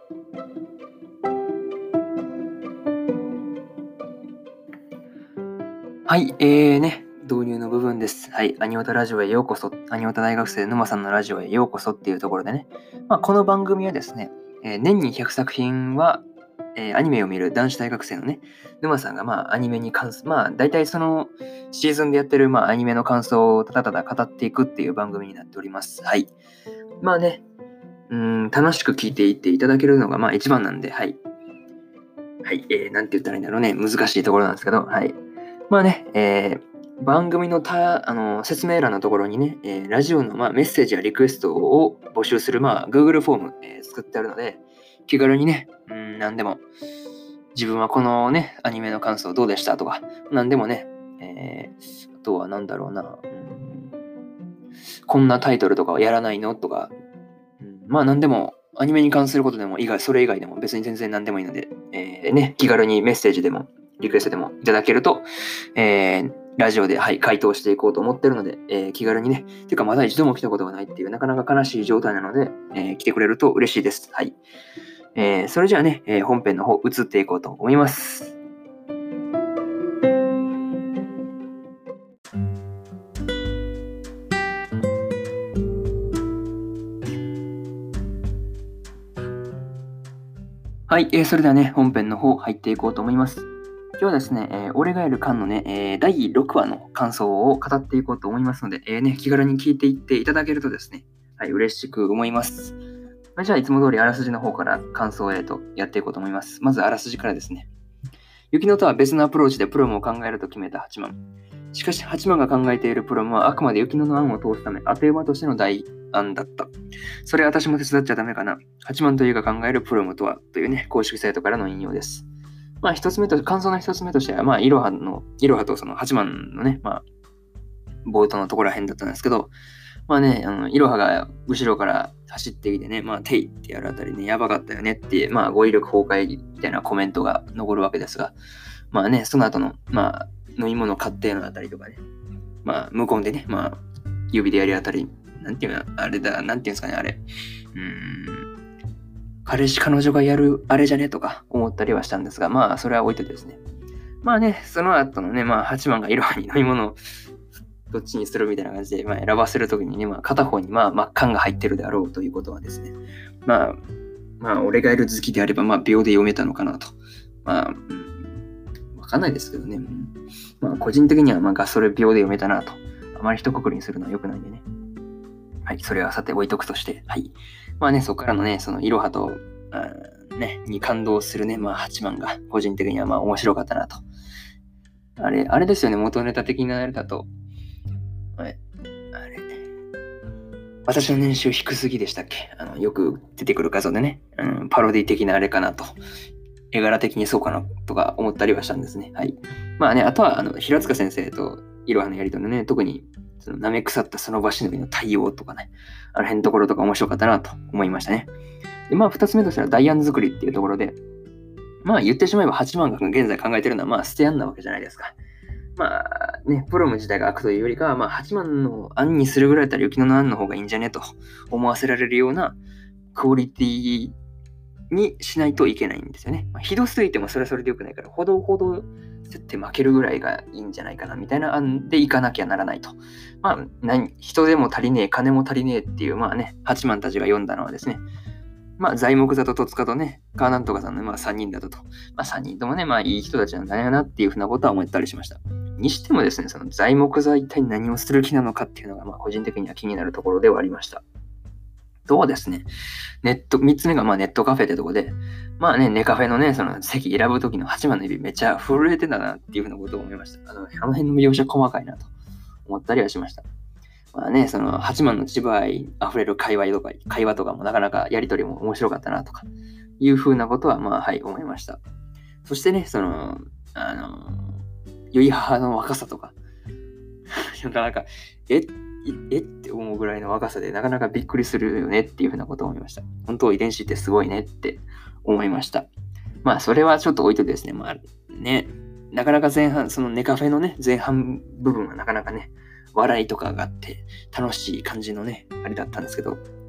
はい、導入の部分です。はい、アニオタラジオへようこそ。アニオタ大学生沼さんのラジオへようこそっていうところでね、この番組はですね、年に100作品は、アニメを見る男子大学生のね、沼さんがアニメに関す、大体そのシーズンでやってるアニメの感想をただただ語っていくっていう番組になっております。はい。楽しく聞いていっていただけるのが一番なんで、はい。はい、なんて言ったらいいんだろうね、難しいところなんですけど、はい。番組の説明欄のところにね、ラジオのメッセージやリクエストを募集するGoogle フォーム、作ってあるので、気軽にね、何でも、自分はこのね、アニメの感想どうでしたとか、何でもね、あとは何だろうな、こんなタイトルとかはやらないのとか、何でも、アニメに関することでも、それ以外でも別に全然何でもいいので、気軽にメッセージでも、リクエストでもいただけると、ラジオで、回答していこうと思ってるので、気軽にね、ていうかまだ一度も来たことがないっていう、なかなか悲しい状態なので、来てくれると嬉しいです。はい。それじゃあね、本編の方移っていこうと思います。はい、それではね、本編の方入っていこうと思います。今日はですね、俺がやる缶のね、第6話の感想を語っていこうと思いますので、気軽に聞いていっていただけるとですね、はい、嬉しく思います。じゃあ、いつも通りあらすじの方から感想をやっていこうと思います。まずあらすじからですね。雪乃とは別のアプローチでプロムを考えると決めた八幡。しかし八幡が考えているプロムはあくまで雪乃の案を通すため、当て馬としての代案だった。それ私も手伝っちゃダメかな。八幡というが考えるプロムとはというね、公式サイトからの引用です。感想の一つ目としては、イロハとその八幡のね、冒頭のところら辺だったんですけど、イロハが後ろから走ってきてね、テイってやるあたりね、やばかったよねって、語彙力崩壊みたいなコメントが残るわけですが、その後の、飲み物買ってのあたりとかね、無言でね、指でやるあたり、なんていうんですかね、あれ。彼女がやるあれじゃねとか思ったりはしたんですが、それは置いといてですね。その後のね、八幡がイロハに飲み物をどっちにするみたいな感じで、選ばせるときにね、片方に真っ赤が入ってるであろうということはですね、俺がいる好きであれば、秒で読めたのかなと。わかんないですけどね。個人的には、それ秒で読めたなと。あまり一括りにするのは良くないんでね。はい、それはさて置いとくとして、はい。そこからのね、そのイロハと、に感動するね、八幡が、個人的には面白かったなと。あれですよね、元ネタ的なあれだと、私の年収低すぎでしたっけ？よく出てくる画像でね、パロディ的なあれかなと。絵柄的にそうかなとか思ったりはしたんですね。はい。あとは、平塚先生とイロハのやりとりのね、特に、その舐め腐ったその場しのぎの対応とかね、あの辺のところとか面白かったなと思いましたね。で、二つ目としてはダイアン作りっていうところで、言ってしまえば八幡が現在考えてるのは、捨て案なわけじゃないですか。プロム自体が悪というよりかは、八幡の案にするぐらいだったら雪乃の案の方がいいんじゃねと思わせられるようなクオリティにしないといけないんですよね。ひどすぎてもそれはそれでよくないから、ほど設って負けるぐらいがいいんじゃないかなみたいな案でいかなきゃならないと。人でも足りねえ、金も足りねえっていう、八幡たちが読んだのはですね、材木座と戸塚とね、川なんとかさんの3人だと。3人ともね、いい人たちなんだよなっていうふうなことは思ったりしました。にしてもですね、その材木座一体何をする気なのかっていうのが、個人的には気になるところではありました。とはですね、3つ目がネットカフェってとこで、ネカフェのね、その席選ぶ時の八幡の指めっちゃ震えてたなっていうふうなことを思いました。あの辺の描写細かいなと思ったりはしました。その八幡の千葉愛あふれる会話とかもなかなかやりとりも面白かったなとかいうふうなことは思いました。そしてね、その良い母の若さとかなかなかって思うぐらいの若さでなかなかびっくりするよねっていうふうなことを思いました。本当遺伝子ってすごいねって思いました。それはちょっと置いといてですね、なかなか前半、そのネカフェのね、前半部分はなかなかね、笑いとかがあって楽しい感じのね、あれだったんですけど、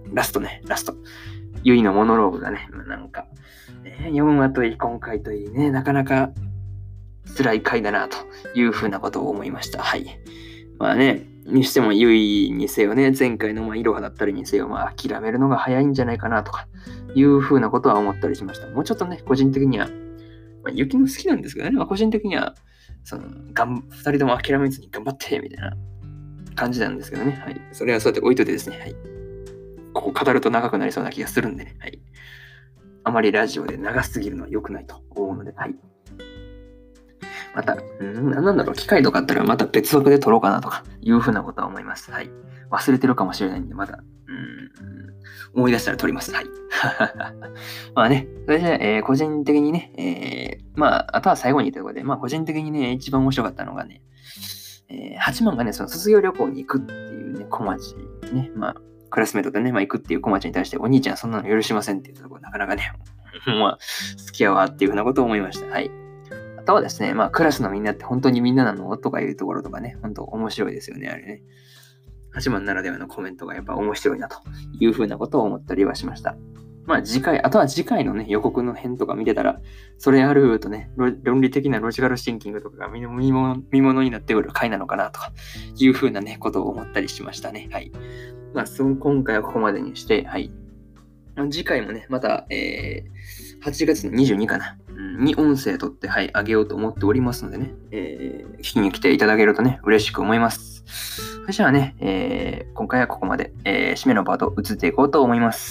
ラスト。ゆいのモノローグがね、なんか、4話といい、今回といいね、なかなか辛い回だな、というふうなことを思いました。はい。まあね、にしてもゆいにせよね、前回のいろはだったりにせよ、諦めるのが早いんじゃないかな、とかいうふうなことは思ったりしました。もうちょっとね、個人的には、ゆきの好きなんですけどね、個人的には、2人とも諦めずに頑張って、みたいな感じなんですけどね。はい。それはそうやって置いといてですね。はい。ここ語ると長くなりそうな気がするんでね。はい。あまりラジオで長すぎるのは良くないと思うので、はい。また、なんだろう、機会とかあったらまた別枠で撮ろうかなとかいうふうなことは思います。はい。忘れてるかもしれないんで、また、思い出したら撮ります。はい。まあね、それじゃあ、個人的にね、あとは最後にということで、個人的にね、一番面白かったのがね、八幡がね、その卒業旅行に行くっていうね、小町ね、クラスメートでね、行くっていう小町に対して、お兄ちゃんそんなの許しませんっていうところ、なかなかね、好きやわっていうふうなことを思いました。はい。あとはですね、クラスのみんなって本当にみんななのとかいうところとかね、本当面白いですよね、あれね。八幡ならではのコメントがやっぱ面白いなというふうなことを思ったりはしました。あとは次回のね、予告の辺とか見てたら、それあるとね、論理的なロジカルシンキングとかが見物になってくる回なのかなとかいうふうなね、ことを思ったりしましたね。はい。今回はここまでにして、はい。次回もね、また、8月の22かな、に音声取って、はい、あげようと思っておりますのでね、聞きに来ていただけるとね、嬉しく思います。それじゃあね、今回はここまで、締めのパート移っていこうと思います。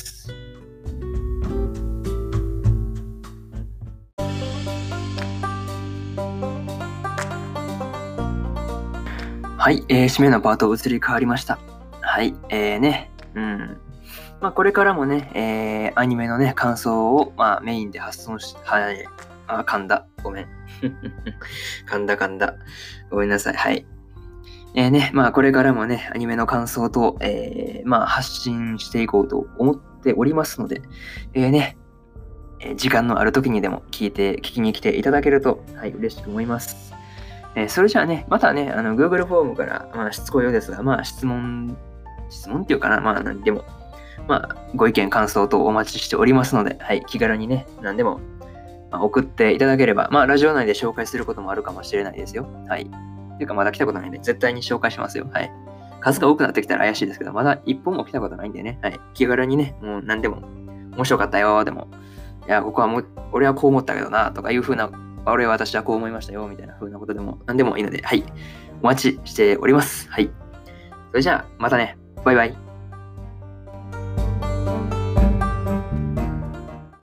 はい、締めのパート移り変わりました。はい、これからもね、アニメのね、感想を、メインで発送し、はい、噛んだ。ごめん。噛んだ。ごめんなさい。はい。これからもね、アニメの感想と、発信していこうと思っておりますので、時間のある時にでも聞きに来ていただけると、はい、嬉しく思います。それじゃあね、またね、Google フォームから、しつこいようですが、質問っていうかな、何でも、ご意見、感想等お待ちしておりますので、はい、気軽にね、何でも、送っていただければ、ラジオ内で紹介することもあるかもしれないですよ。はい。ていうか、まだ来たことないんで、絶対に紹介しますよ。はい。数が多くなってきたら怪しいですけど、まだ一本も来たことないんでね、はい。気軽にね、もう何でも、面白かったよ、でも、いや、俺はこう思ったけどな、とかいう風な、私はこう思いましたよ、みたいな風なことでも、何でもいいので、はい。お待ちしております。はい。それじゃあ、またね。バイバイ。